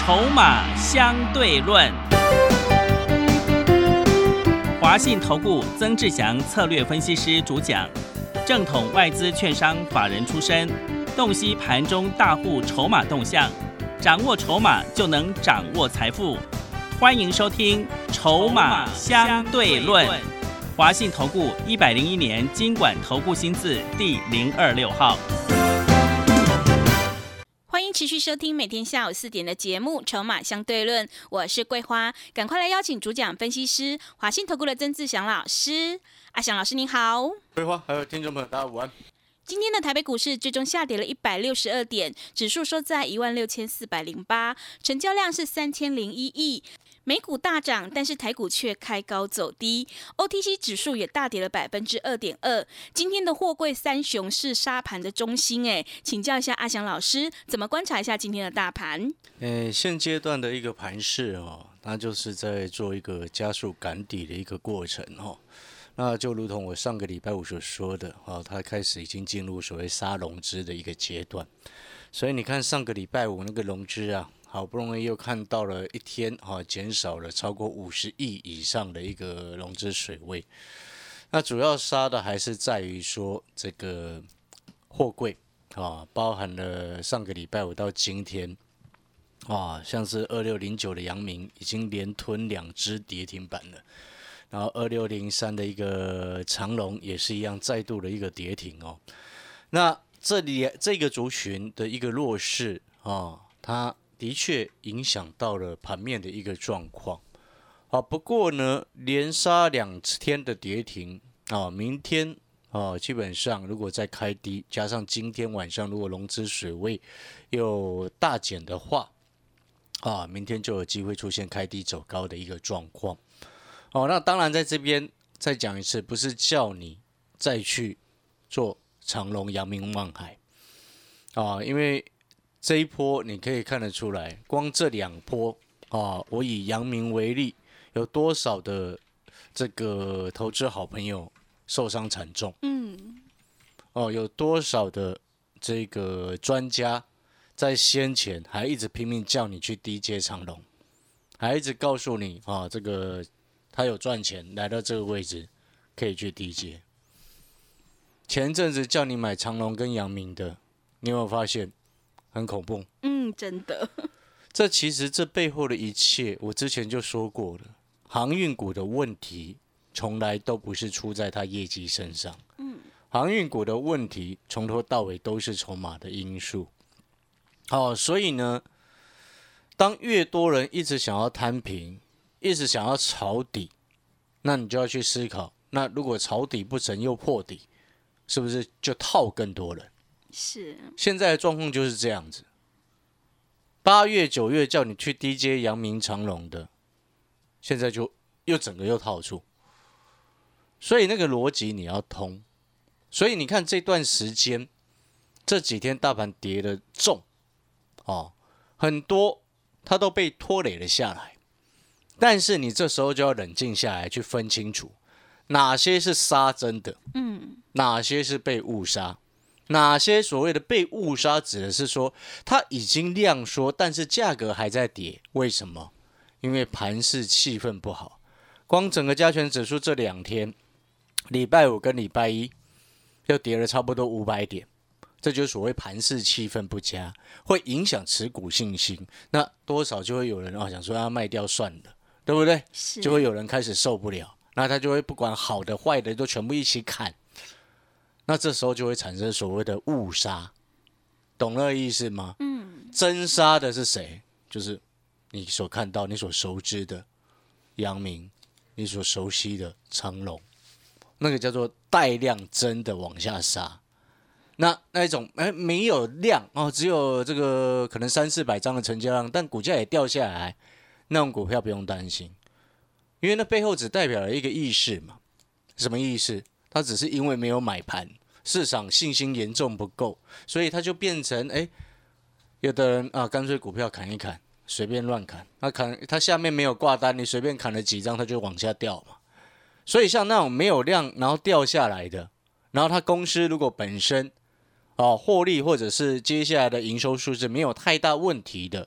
筹码相对论，华信投顾曾志祥策略分析师主讲，正统外资券商法人出身，洞悉盘中大户筹码动向，掌握筹码就能掌握财富。欢迎收听《筹码相对论》，华信投顾101年金管投顾新字第026号。 欢迎持续收听每天下午4点的节目《筹码相对论》，我是桂花，赶快来邀请主讲分析师华信投顾的曾志祥老师。阿祥老师您好。 桂花还有听众朋友大家午安。 今天的台北股市最终下跌了162点，指数收在16408，成交量是3001亿。美股大涨，但是台股却开高走低 ，OTC 指数也大跌了2.2%。今天的货柜三雄是杀盘的中心，请教一下阿翔老师，怎么观察一下今天的大盘？ 现阶段的一个盘势它就是在做一个加速赶底的一个过程那就如同我上个礼拜五所说的它开始已经进入所谓杀融资的一个阶段，所以你看上个礼拜五那个融资好不容易又看到了一天减少了超过50亿以上的一个融资水位。那主要杀的还是在于说这个货柜包含了上个礼拜五到今天像是2609的阳明已经连吞2只跌停板了，然后2603的一个长荣也是一样再度的一个跌停那这里这个族群的一个弱势它的确影响到了盘面的一个状况不过呢连杀2天的跌停明天基本上如果再开低，加上今天晚上如果融资水位又大减的话明天就有机会出现开低走高的一个状况那当然在这边再讲一次，不是叫你再去做长荣、阳明、万海因为这一波你可以看得出来，光这2波我以阳明为例，有多少的这个投资好朋友受伤惨重？有多少的这个专家在先前还一直拼命叫你去低接长荣，还一直告诉你这个他有赚钱，来到这个位置可以去低接。前阵子叫你买长荣跟阳明的，你有没有发现？很恐怖， 真的。 这其实这背后的一切，我之前就说过了。航运股的问题，从来都不是出在它业绩身上。航运股的问题，从头到尾都是筹码的因素。所以呢，当越多人一直想要摊平，一直想要抄底，那你就要去思考，那如果抄底不成又破底，是不是就套更多人？ 是， 现在的状况就是这样子。8月、9月叫你去低接阳明、长荣的，现在就又整个又套住，所以那个逻辑你要通。所以你看这段时间，这几天大盘跌得重很多它都被拖累了下来。但是你这时候就要冷静下来，去分清楚哪些是杀真的，哪些是被误杀。哪些所谓的被误杀，指的是说它已经量缩，但是价格还在跌。为什么？因为盘势气氛不好。光整个加权指数这2天，礼拜五跟礼拜一，又跌了差不多500点。这就是所谓盘势气氛不佳，会影响持股信心。那多少就会有人想说要卖掉算了，对不对？就会有人开始受不了，那他就会不管好的坏的都全部一起砍。那这时候就会产生所谓的误杀，懂那个意思吗？真杀的是谁？就是你所看到、你所熟知的阳明，你所熟悉的长荣，那个叫做带量真的往下杀。那一种没有量只有这个可能300-400张的成交量，但股价也掉下来，那种股票不用担心，因为那背后只代表了一个意识嘛。什么意思？它只是因为没有买盘，市场信心严重不够，所以它就变成有的人干脆股票砍一砍，随便乱砍，它下面没有挂单，你随便砍了几张，它就往下掉嘛。所以像那种没有量然后掉下来的，然后它公司如果本身获利或者是接下来的营收数字没有太大问题的，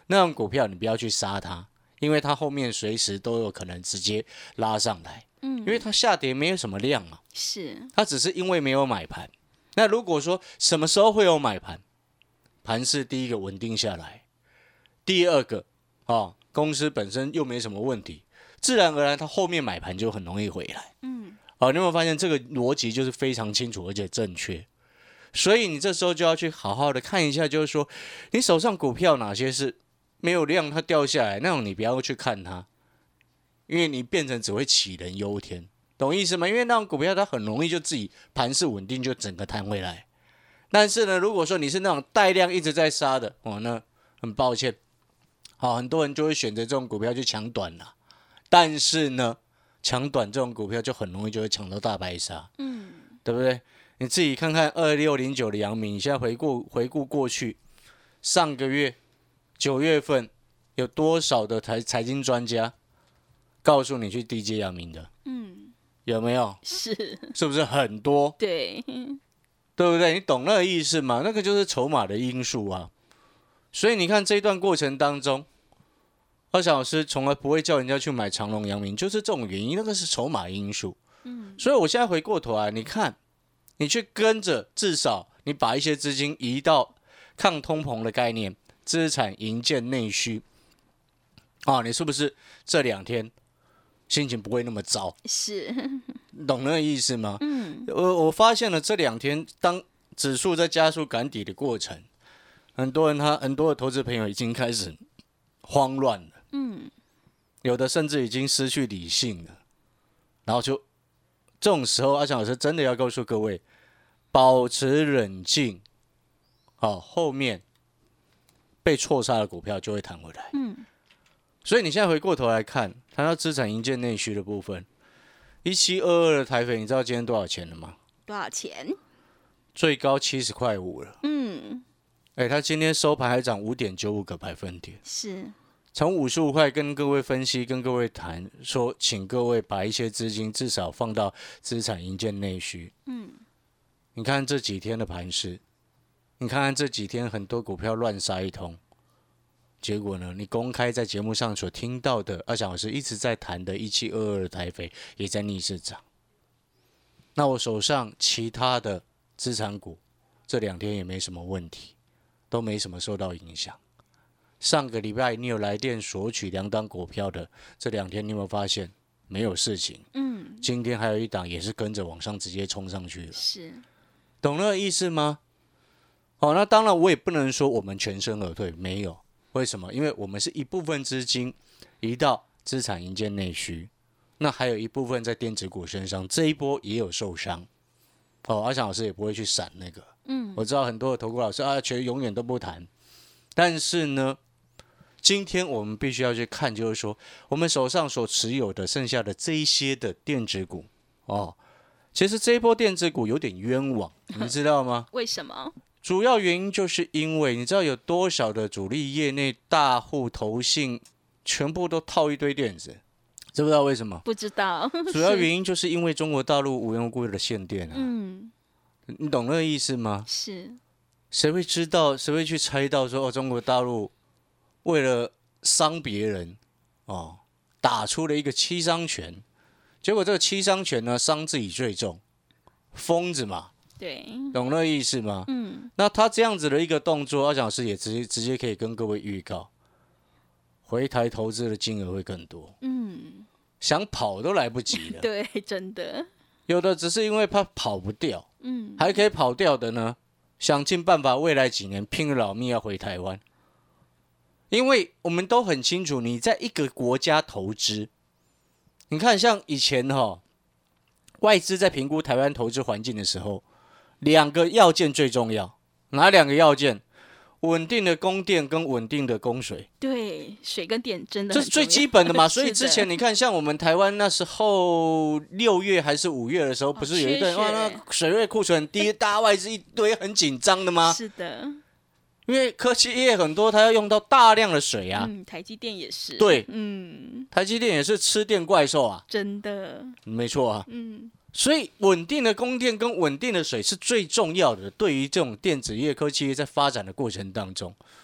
那种股票你不要去杀它，因为它后面随时都有可能直接拉上来。因为它下跌没有什么量嘛， 是它只是因为没有买盘。那如果说什么时候会有买盘？盘势第一个稳定下来，第二个公司本身又没什么问题，自然而然它后面买盘就很容易回来。你有没有发现这个逻辑就是非常清楚而且正确？所以你这时候就要去好好的看一下，就是说你手上股票哪些是没有量它掉下来，那种你不要去看它，因为你变成只会杞人忧天，懂意思吗？因为那种股票它很容易就自己盘势稳定就整个弹回来。但是呢，如果说你是那种带量一直在杀的，那很抱歉，很多人就会选择这种股票去抢短了。但是呢，抢短这种股票就很容易就会抢到大白鲨，对不对？你自己看看2609的阳明，你现在回顾过去，上个月9月份有多少的财经专家告诉你去低接阳明的？有没有？是不是很多？ 对。 对不对？你懂那个意思吗？那个就是筹码的因素啊。所以你看这一段过程当中，阿翔老师从来不会叫人家去买长荣、阳明，就是这种原因，那个是筹码因素。所以我现在回过头来，你看，你去跟着，至少你把一些资金移到抗通膨的概念，资产营建内需，你是不是这2天心情不会那么糟？ 是， 懂那个意思吗？我发现了这2天，当指数在加速赶底的过程，很多的投资朋友已经开始慌乱了，有的甚至已经失去理性了，然后就这种时候，阿翔老师真的要告诉各位，保持冷静，后面被错杀的股票就会弹回来。所以你现在回过头来看，谈到资产营建内需的部分，1722的台北，你知道今天多少钱了吗？ 多少钱？ 最高70.5块了。它今天收盘还涨5.95个百分点。 是。 从55块跟各位分析，跟各位谈说，请各位把一些资金至少放到资产营建内需。你看这几天的盘势，你看看这几天很多股票乱杀一通。结果呢？你公开在节目上所听到的，阿翔老师一直在谈的1722的台北也在逆势涨。那我手上其他的资产股这2天也没什么问题，都没什么受到影响。上个礼拜你有来电索取2档股票的，这2天你有没有发现没有事情？今天还有一档也是跟着往上直接冲上去了。 是， 懂那个意思吗？那当然我也不能说我们全身而退，没有。为什么？因为我们是一部分资金移到资产营建内需，那还有一部分在电子股身上，这一波也有受伤。阿翔老师也不会去闪那个。我知道很多的投顾老师其实永远都不谈，但是呢，今天我们必须要去看，就是说我们手上所持有的剩下的这一些的电子股其实这一波电子股有点冤枉，你知道吗？ 为什么？ 主要原因就是因为你知道有多少的主力业内大户投信全部都套一堆电子，知不知道为什么？ 不知道。 主要原因就是因为中国大陆无缘无故的限电你懂那个意思吗？ 是。 谁会知道？谁会去猜到说中国大陆为了伤别人打出了一个七伤拳，结果这个七伤拳呢伤自己最重，疯子嘛。 对， 懂那意思吗？那他这样子的一个动作，阿翔老师也直接可以跟各位预告，回台投资的金额会更多。想跑都来不及了。 对，真的。 有的只是因为他跑不掉，还可以跑掉的呢，想尽办法未来几年拼了老命要回台湾。因为我们都很清楚，你在一个国家投资，你看像以前外资在评估台湾投资环境的时候，2个要件最重要，哪2个要件？稳定的供电跟稳定的供水。 对，水跟电真的这是最基本的嘛。所以之前你看，像我们台湾那时候6月还是5月的时候，不是有一段那水位库存很低，大家外资一堆很紧张的吗？ 是的。 因为科技业很多，它要用到大量的水啊。 台积电也是。 对，台积电也是吃电怪兽啊。 真的。 没错啊。所以稳定的供电跟稳定的水是最重要的，对于这种电子业、科技业在发展的过程当中。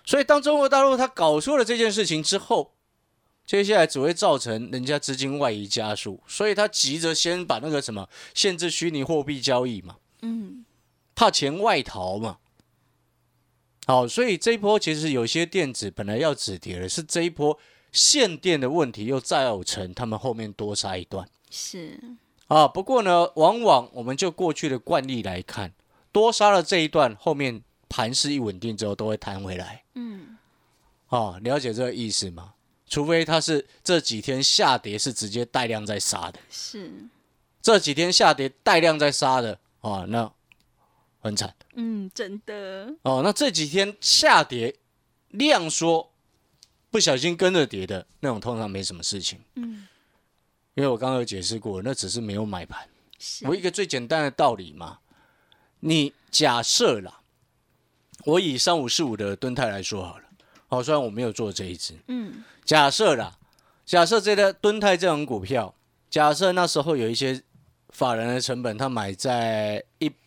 所以当中国大陆他搞错了这件事情之后，接下来只会造成人家资金外移加速，所以他急着先把那个什么限制虚拟货币交易嘛，怕钱外逃嘛。好，所以这一波其实有些电子本来要止跌的，是这一波限电的问题又造成他们后面多杀一段。 是啊，不过呢，往往我们就过去的惯例来看，多杀了这一段，后面盘势一稳定之后都会弹回来。了解这个意思吗？除非它是这几天下跌是直接带量在杀的， 是， 这几天下跌带量在杀的那很惨。 真的。 那这几天下跌量缩，不小心跟着跌的那种，通常没什么事情。因为我刚刚有解释过，那只是没有买盘。我一个最简单的道理嘛，你假设啦，我以3545的敦泰来说好了，虽然我没有做这一支，假设啦，假设这个敦泰这种股票，假设那时候有一些法人的成本，他买在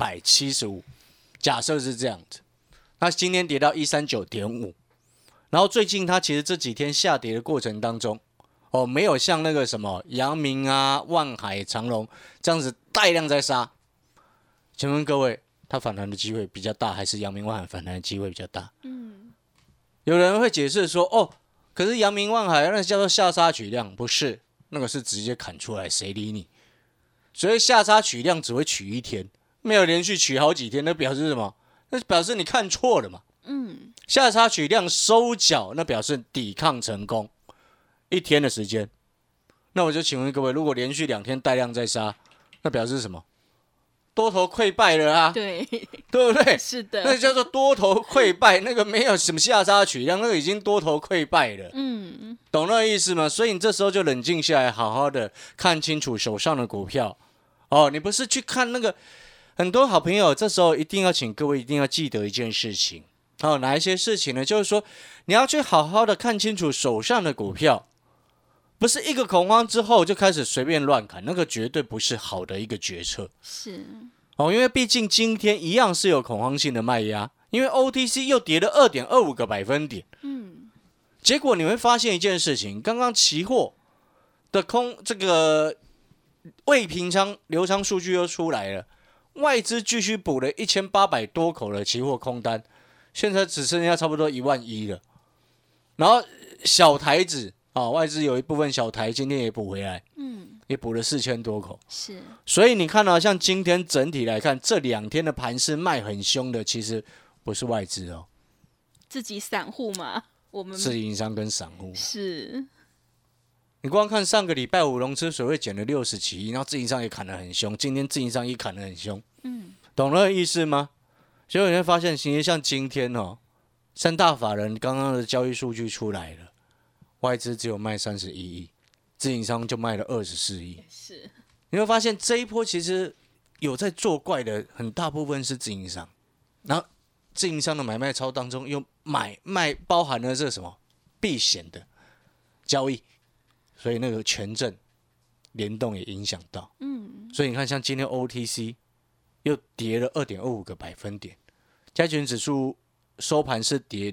175，假设是这样子，那今天跌到139.5，然后最近它其实这几天下跌的过程当中，没有像那个什么阳明啊、万海、长荣这样子带量在杀。请问各位，它反弹的机会比较大，还是阳明万海反弹的机会比较大？有人会解释说，可是阳明万海那叫做下杀取量，不是，那个是直接砍出来，谁理你？所以下杀取量只会取一天，没有连续取好几天，那表示什么？那表示你看错了嘛。下杀取量收脚，那表示抵抗成功。1天的时间，那我就请问各位，如果连续2天带量在杀，那表示什么？多头溃败了啊， 对不对？ 是的， 那叫做多头溃败，那个没有什么下杀取量，那个已经多头溃败了。懂那个意思吗？所以你这时候就冷静下来，好好的看清楚手上的股票。你不是去看那个很多好朋友，这时候一定要请各位一定要记得一件事情。哪一些事情呢？就是说你要去好好的看清楚手上的股票。不是一个恐慌之后就开始随便乱砍，那个绝对不是好的一个决策。 是因为毕竟今天一样是有恐慌性的卖压，因为 OTC 又跌了2.25个百分点。结果你会发现一件事情，刚刚期货的这个未平仓流仓数据又出来了，外资继续补了1800多口的期货空单，现在只剩下差不多11000了。然后小台子外资有一部分小台今天也补回来，也补了4000多口。 是， 所以你看到像今天整体来看，这2天的盘势卖很凶的，其实不是外资自己散户嘛，我们是营商跟散户。 是， 你光看上个礼拜五融资水位减了60几亿，然后自营商也砍得很凶，今天自营商也砍得很凶，懂那个意思吗？所以你会发现，其实像今天三大法人刚刚的交易数据出来了。外资只有卖31亿，自营商就卖了24亿。 是， 你会发现这一波其实有在作怪的，很大部分是自营商，然后自营商的买卖超当中又买卖包含了这什么避险的交易，所以那个权证联动也影响到。所以你看，像今天 OTC 又跌了2.25个百分点，加权指数收盘是跌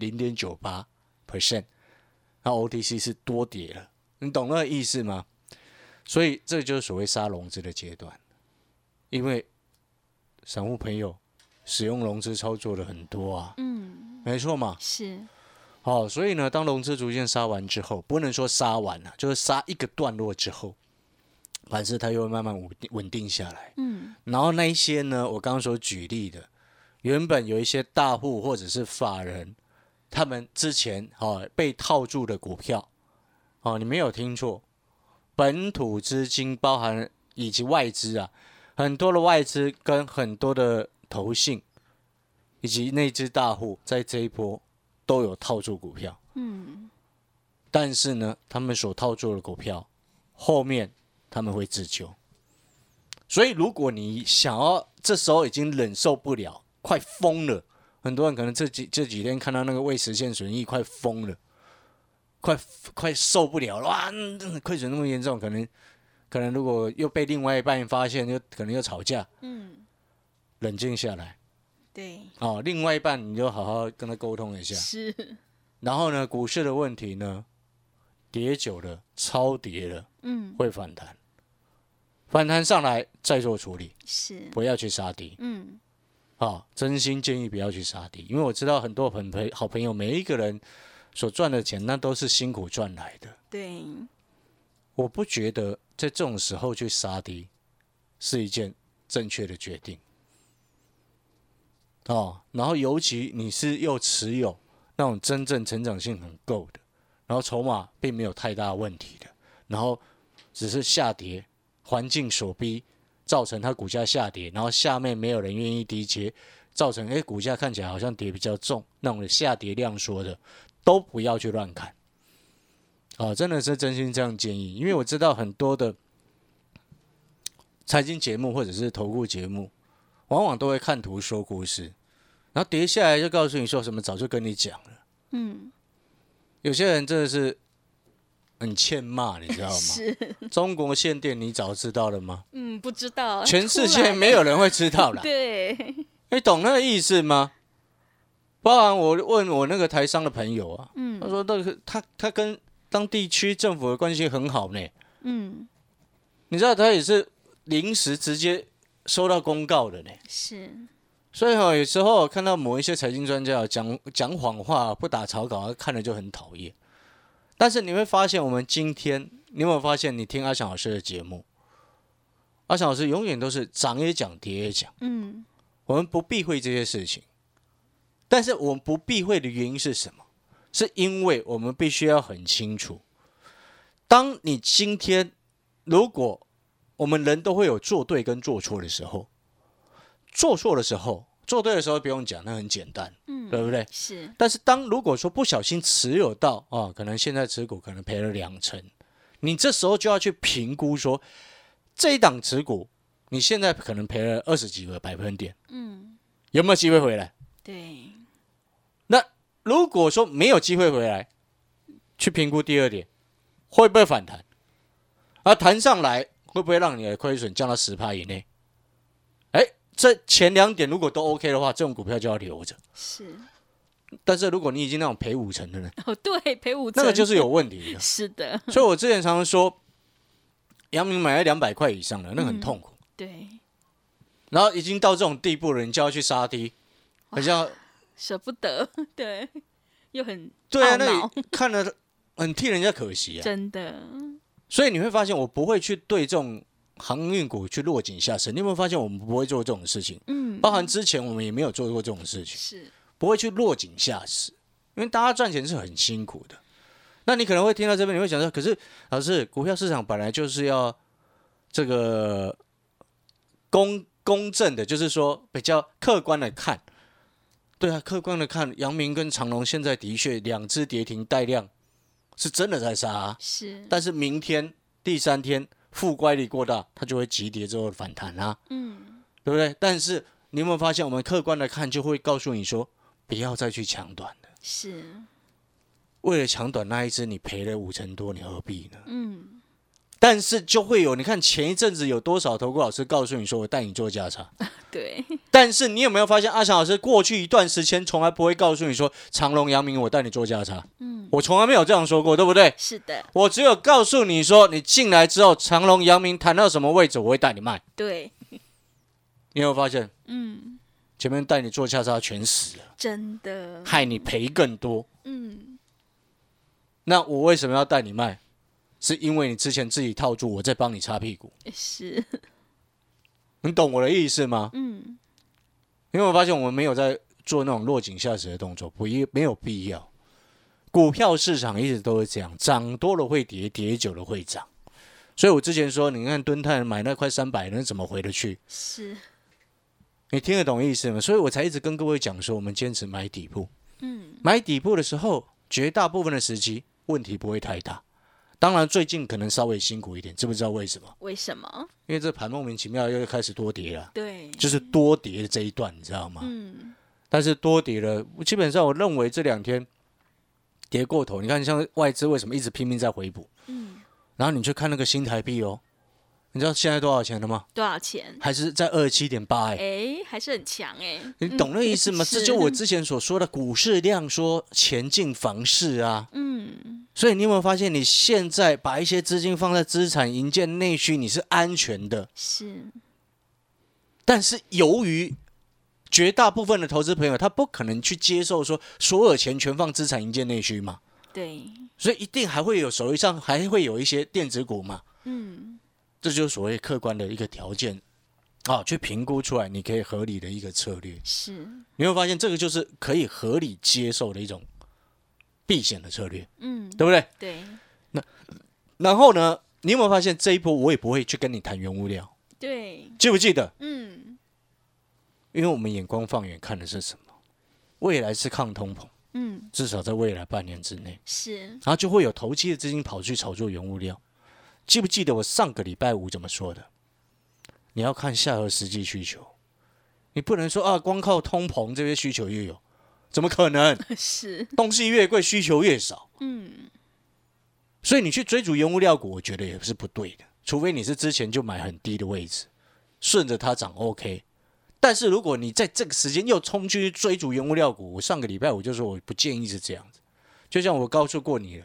0.98%。那 OTC 是多跌了，你懂那个意思吗？所以这就是所谓杀融资的阶段，因为散户朋友使用融资操作的很多啊，没错嘛， 是。 所以呢，当融资逐渐杀完之后，不能说杀完了，就是杀一个段落之后，盘势它又会慢慢稳定下来。然后那一些呢，我刚刚所举例的，原本有一些大户或者是法人。他们之前被套住的股票，你没有听错，本土资金包含以及外资啊，很多的外资跟很多的投信以及内资大户在这一波都有套住股票。但是呢，他们所套住的股票后面他们会自救。所以如果你想要这时候已经忍受不了，快疯了。很多人可能这几天看到那个未实现损益，快疯了，快受不了了，哇！亏损那么严重，可能如果又被另外一半发现，可能又吵架。冷静下来。 对。 另外一半你就好好跟他沟通一下。 是。 然后呢，股市的问题呢，跌久了，超跌了，会反弹，反弹上来再做处理， 是， 不要去杀低，真心建议不要去杀低，因为我知道很多好朋友，每一个人所赚的钱，那都是辛苦赚来的。 对， 我不觉得在这种时候去杀低是一件正确的决定。然后尤其你是又持有那种真正成长性很够的，然后筹码并没有太大问题的，然后只是下跌，环境所逼，造成它股价下跌，然后下面没有人愿意低接，造成股价看起来好像跌比较重，那种下跌量缩的，都不要去乱看。真的是真心这样建议，因为我知道很多的财经节目或者是投顾节目，往往都会看图说故事，然后跌下来就告诉你说什么早就跟你讲了。有些人真的是很欠骂，你知道吗？ 是， 中国限电你早知道了吗？ 不知道， 全世界没有人会知道啦。 对， 你懂那个意思吗？包含我问我那个台商的朋友啊，他说那个他跟当地区政府的关系很好呢。你知道他也是临时直接收到公告的呢。 是， 所以有时候看到某一些财经专家讲谎话，不打草稿，看了就很讨厌。但是你会发现，我们今天你有没有发现，你听阿翔老师的节目，阿翔老师永远都是涨也讲，跌也讲。我们不避讳这些事情，但是我们不避讳的原因是什么？是因为我们必须要很清楚，当你今天如果我们人都会有做对跟做错的时候，做错的时候，做对的时候不用讲，那很简单，对不对？ 是。 但是如果说不小心持有到可能现在持股可能赔了2成，你这时候就要去评估说，这一档持股你现在可能赔了20几个百分点，有没有机会回来？ 对。 那如果说没有机会回来，去评估第二点，会不会反弹？弹上来会不会让你的亏损降到10%以内？这前2点如果都 OK 的话，这种股票就要留着。 是。 但是如果你已经那种赔5成的呢？ 对，赔5成， 那个就是有问题的。 是的。 所以我之前常常说，阳明买在200块以上的，那很痛苦。 对。 然后已经到这种地步了，你就要去杀低，好像舍不得，对，又很对啊，那你看了很替人家可惜啊， 真的。所以你会发现，我不会去对这种航运股去落井下石。你有没有发现，我们不会做这种事情？包含之前我们也没有做过这种事情， 是不会去落井下石，因为大家赚钱是很辛苦的。那你可能会听到这边，你会想说，可是老师，股票市场本来就是要这个公正的，就是说比较客观的看。对啊，客观的看，阳明跟长荣现在的确2只跌停带量是真的在杀， 是。 但是明天第3天负乖离过大，它就会急跌之后反弹啊，对不对？但是你有没有发现，我们客观的看就会告诉你说，不要再去抢短了。 是。 为了抢短那一只，你赔了5成多，你何必呢？但是就会有，你看前一阵子有多少投顾老师告诉你说，我带你做价差。 对。 但是你有没有发现，阿翔老师过去一段时间从来不会告诉你说，长荣、阳明我带你做价差。我从来没有这样说过，对不对？ 是的。 我只有告诉你说，你进来之后，长荣、阳明谈到什么位置，我会带你卖。 对。 你有没有发现？前面带你做价差全死了， 真的， 害你赔更多。那我为什么要带你卖？是因为你之前自己套住，我在帮你擦屁股。 是。 你懂我的意思吗？因为我发现我们没有在做那种落井下石的动作，没有必要。股票市场一直都是这样，涨多了会跌，跌久了会涨。所以我之前说，你看敦泰买那块300，那怎么回得去？ 是。 你听得懂意思吗？所以我才一直跟各位讲说，我们坚持买底部。买底部的时候，绝大部分的时期问题不会太大。当然，最近可能稍微辛苦一点，知不知道为什么？ 为什么？ 因为这盘莫名其妙又开始多跌了。 对， 就是多跌的这一段，你知道吗？但是多跌了，基本上我认为这2天跌过头。你看，像外资为什么一直拼命在回补？然后你去看那个新台币哦， 你知道现在多少钱了吗？ 多少钱？ 还是在27.8 还是很强你懂那意思吗？ 是这就我之前所说的股市量缩前进房市啊。所以你有没有发现，你现在把一些资金放在资产营建内需，你是安全的。 是， 但是由于绝大部分的投资朋友，他不可能去接受说所有钱全放资产营建内需嘛。 对， 所以一定还会有手上还会有一些电子股嘛。这就是所谓客观的一个条件去评估出来你可以合理的一个策略。 是， 你会发现这个就是可以合理接受的一种避险的策略，对不对？ 对。 然后呢，你有没有发现这一波我也不会去跟你谈原物料？ 对， 记不记得？因为我们眼光放远看的是什么？未来是抗通膨，至少在未来半年之内， 是， 然后就会有投机的资金跑去炒作原物料。记不记得我上个礼拜五怎么说的？你要看下游实际需求，你不能说光靠通膨这些需求又有，怎么可能？ 是， 东西越贵，需求越少。所以你去追逐原物料股，我觉得也是不对的，除非你是之前就买很低的位置，顺着它涨 OK。但是如果你在这个时间又冲去追逐原物料股，我上个礼拜我就说我不建议是这样子。就像我告诉过你了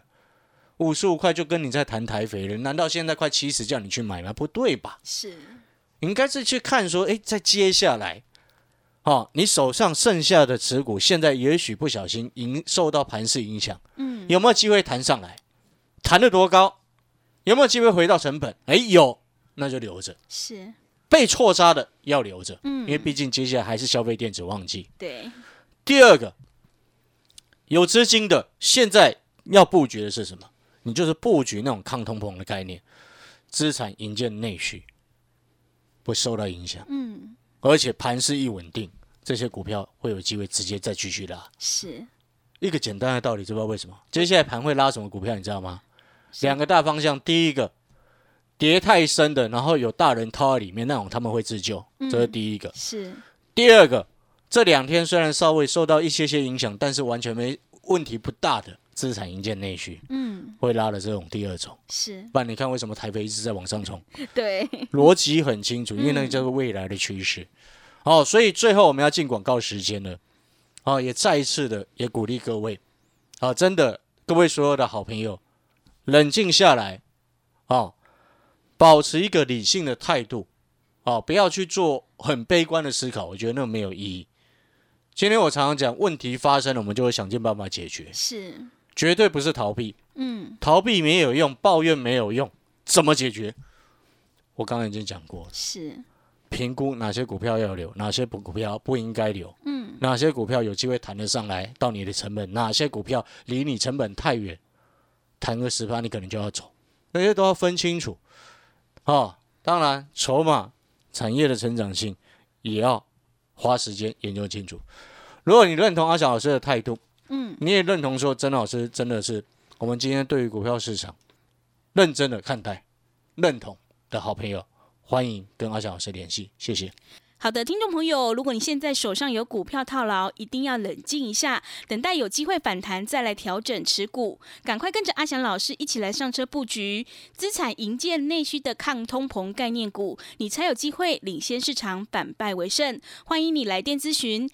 ，55块就跟你在谈台肥了，难道现在快70叫你去买吗？不对吧？ 是， 你应该是去看说，在接下来，你手上剩下的持股，现在也许不小心受到盘势影响，有没有机会弹上来？弹得多高？有没有机会回到成本？有，那就留着。 是， 被错杀的要留着，因为毕竟接下来还是消费电子旺季。 对。 第二个，有资金的，现在要布局的是什么？你就是布局那种抗通膨的概念，资产营建内需不受到影响，而且盘势一稳定，这些股票会有机会直接再继续拉。 是一个简单的道理，知不知道为什么？接下来盘会拉什么股票？你知道吗？两个大方向，第一个，跌太深的，然后有大人套在里面那种，他们会自救，这是第一个。 是。 第二个，这2天虽然稍微受到一些影响，但是完全没问题不大的资产营建内需，会拉的这种第二种。 是。 不然你看为什么台北一直在往上冲？ 对， 逻辑很清楚，因为那个叫做未来的趋势。所以最后我们要进广告时间了。也再一次的也鼓励各位，真的各位所有的好朋友，冷静下来，保持一个理性的态度，不要去做很悲观的思考，我觉得那没有意义。今天我常常讲，问题发生了，我们就会想尽办法解决， 是， 绝对不是逃避。逃避没有用，抱怨没有用，怎么解决？我刚刚已经讲过了， 是评估哪些股票要留，哪些股票不应该留，哪些股票有机会弹得上来到你的成本，哪些股票离你成本太远，弹个10%你可能就要走，那些都要分清楚。当然筹码、产业的成长性也要花时间研究清楚。如果你认同阿翔老师的态度，你也认同说曾老师真的是我们今天对于股票市场认真的看待、认同的好朋友，欢迎跟阿翔老师联系，谢谢。 好的，听众朋友，如果你现在手上有股票套牢，一定要冷静一下，等待有机会反弹再来调整持股，赶快跟着阿翔老师一起来上车布局资产营建内需的抗通膨概念股，你才有机会领先市场，反败为胜。欢迎你来电咨询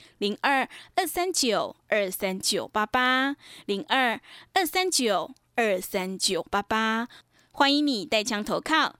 02-239-23988 02-239-23988，欢迎你带枪投靠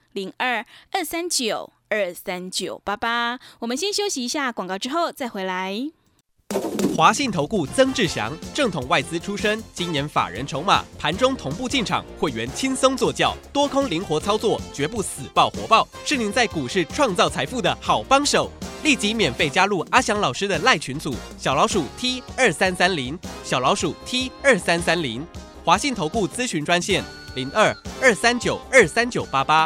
02-239-23988。我们先休息一下广告，之后再回来。 华信投顾曾志祥，正统外资出身，今年法人筹码，盘中同步进场，会员轻松做教，多空灵活操作，绝不死抱活抱，是您在股市创造财富的好帮手。立即免费加入阿翔老师的赖群组，小老鼠 T2330，小老鼠 T2330，华信投顾咨询专线02-239-23988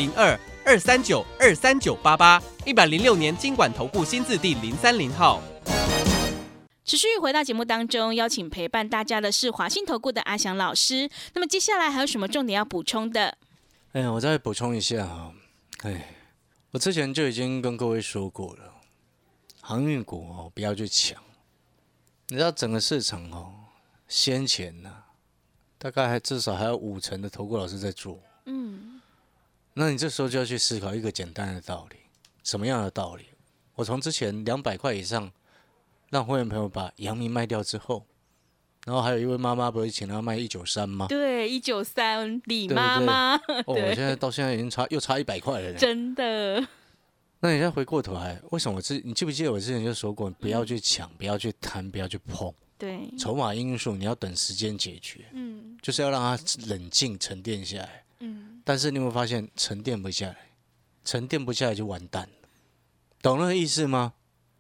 02-239-23988，106年金管投顾新字第030号。 持续回到节目当中，邀请陪伴大家的是华信投顾的阿翔老师。那么接下来还有什么重点要补充的？ 我再补充一下我之前就已经跟各位说过了，航运股不要去抢。你知道整个市场先前大概至少还有50%的投顾老师在做。 那你这时候就要去思考一个简单的道理，什么样的道理？我从之前200块以上让会员朋友把阳明卖掉之后，然后还有一位妈妈不是请她卖193吗？ 对，193李妈妈， 对不对？我现在到现在已经又差100块了， 真的。 那你再回过头来，为什么你记不记得我之前就说过，不要去抢，不要去贪，不要去碰。 对， 筹码因素你要等时间解决，就是要让它冷静沉淀下来。但是你有没有发现沉淀不下来？沉淀不下来就完蛋了，懂那个意思吗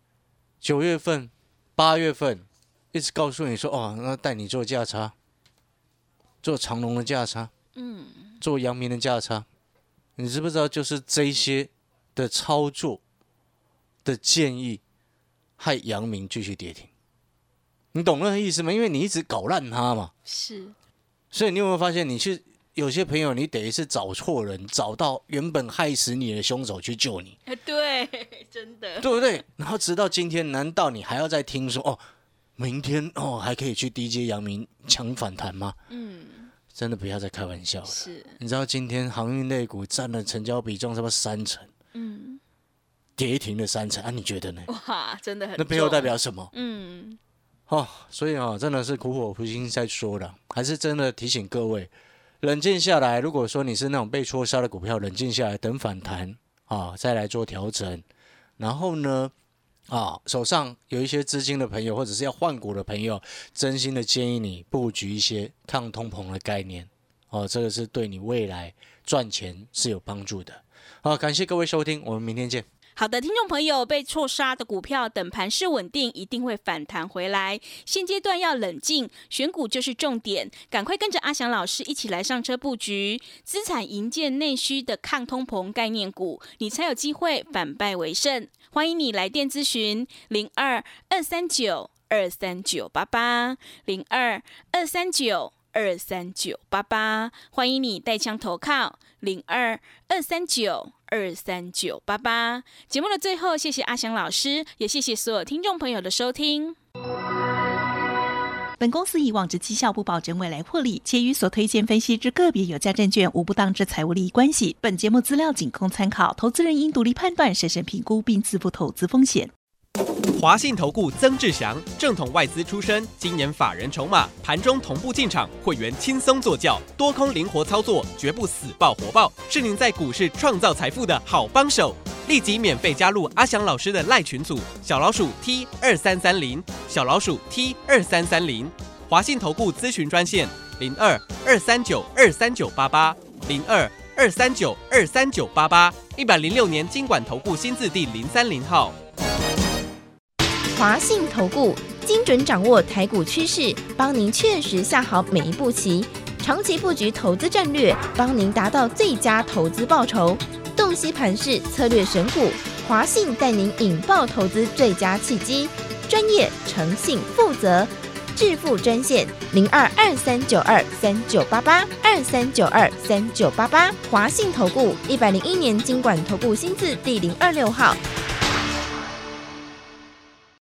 ？9月份、8月份一直告诉你说，哦，那带你做价差，做长荣的价差，做阳明的价差，你知不知道就是这些的操作的建议，害阳明继续跌停？你懂那个意思吗？因为你一直搞烂它嘛。 是。 所以你有没有发现，你去有些朋友，你得是找错人，找到原本害死你的凶手去救你。 对，真的， 对不对？然后直到今天，难道你还要再听说哦，明天哦还可以去低阶阳明抢反弹吗？真的不要再开玩笑了。 是。你知道今天航运类股占了成交比重差不多30%，跌停的30%啊，你觉得呢？ 哇，真的很重。 那背后代表什么？所以真的是苦口婆心在说了，还是真的提醒各位，冷静下来。如果说你是那种被戳杀的股票，冷静下来，等反弹再来做调整。然后呢，手上有一些资金的朋友，或者是要换股的朋友，真心的建议你布局一些抗通膨的概念。这个是对你未来赚钱是有帮助的。好，感谢各位收听，我们明天见。 好的，听众朋友，被错杀的股票等盘势稳定，一定会反弹回来。现阶段要冷静，选股就是重点，赶快跟着阿翔老师一起来上车布局资产营建内需的抗通膨概念股，你才有机会反败为胜。欢迎你来电咨询02-239-2398802239-239-2388，欢迎你带枪投靠02-239-23988。节目的最后，谢谢阿翔老师，也谢谢所有听众朋友的收听。 本公司以往之绩效不保证未来获利，且与所推荐分析之个别有价证券无不当之财务利益关系。本节目资料仅供参考，投资人应独立判断、审慎评估并自负投资风险。 华信投顾曾志祥，正统外资出身，今年法人筹码，盘中同步进场，会员轻松做教，多空灵活操作，绝不死抱活抱，是您在股市创造财富的好帮手。立即免费加入阿翔老师的赖群组，小老鼠 T2330，小老鼠 T2330。华信投顾咨询专线02-239-23988，02-239-23988，106年金管投顾新字第030号。 华信投顾精准掌握台股趋势，帮您确实下好每一步棋，长期布局投资战略，帮您达到最佳投资报酬。洞悉盘势，策略选股，华信带您引爆投资最佳契机，专业、诚信、负责。致富专线02-2392-3988，2392-3988。华信投顾101年金管投顾新字第026号。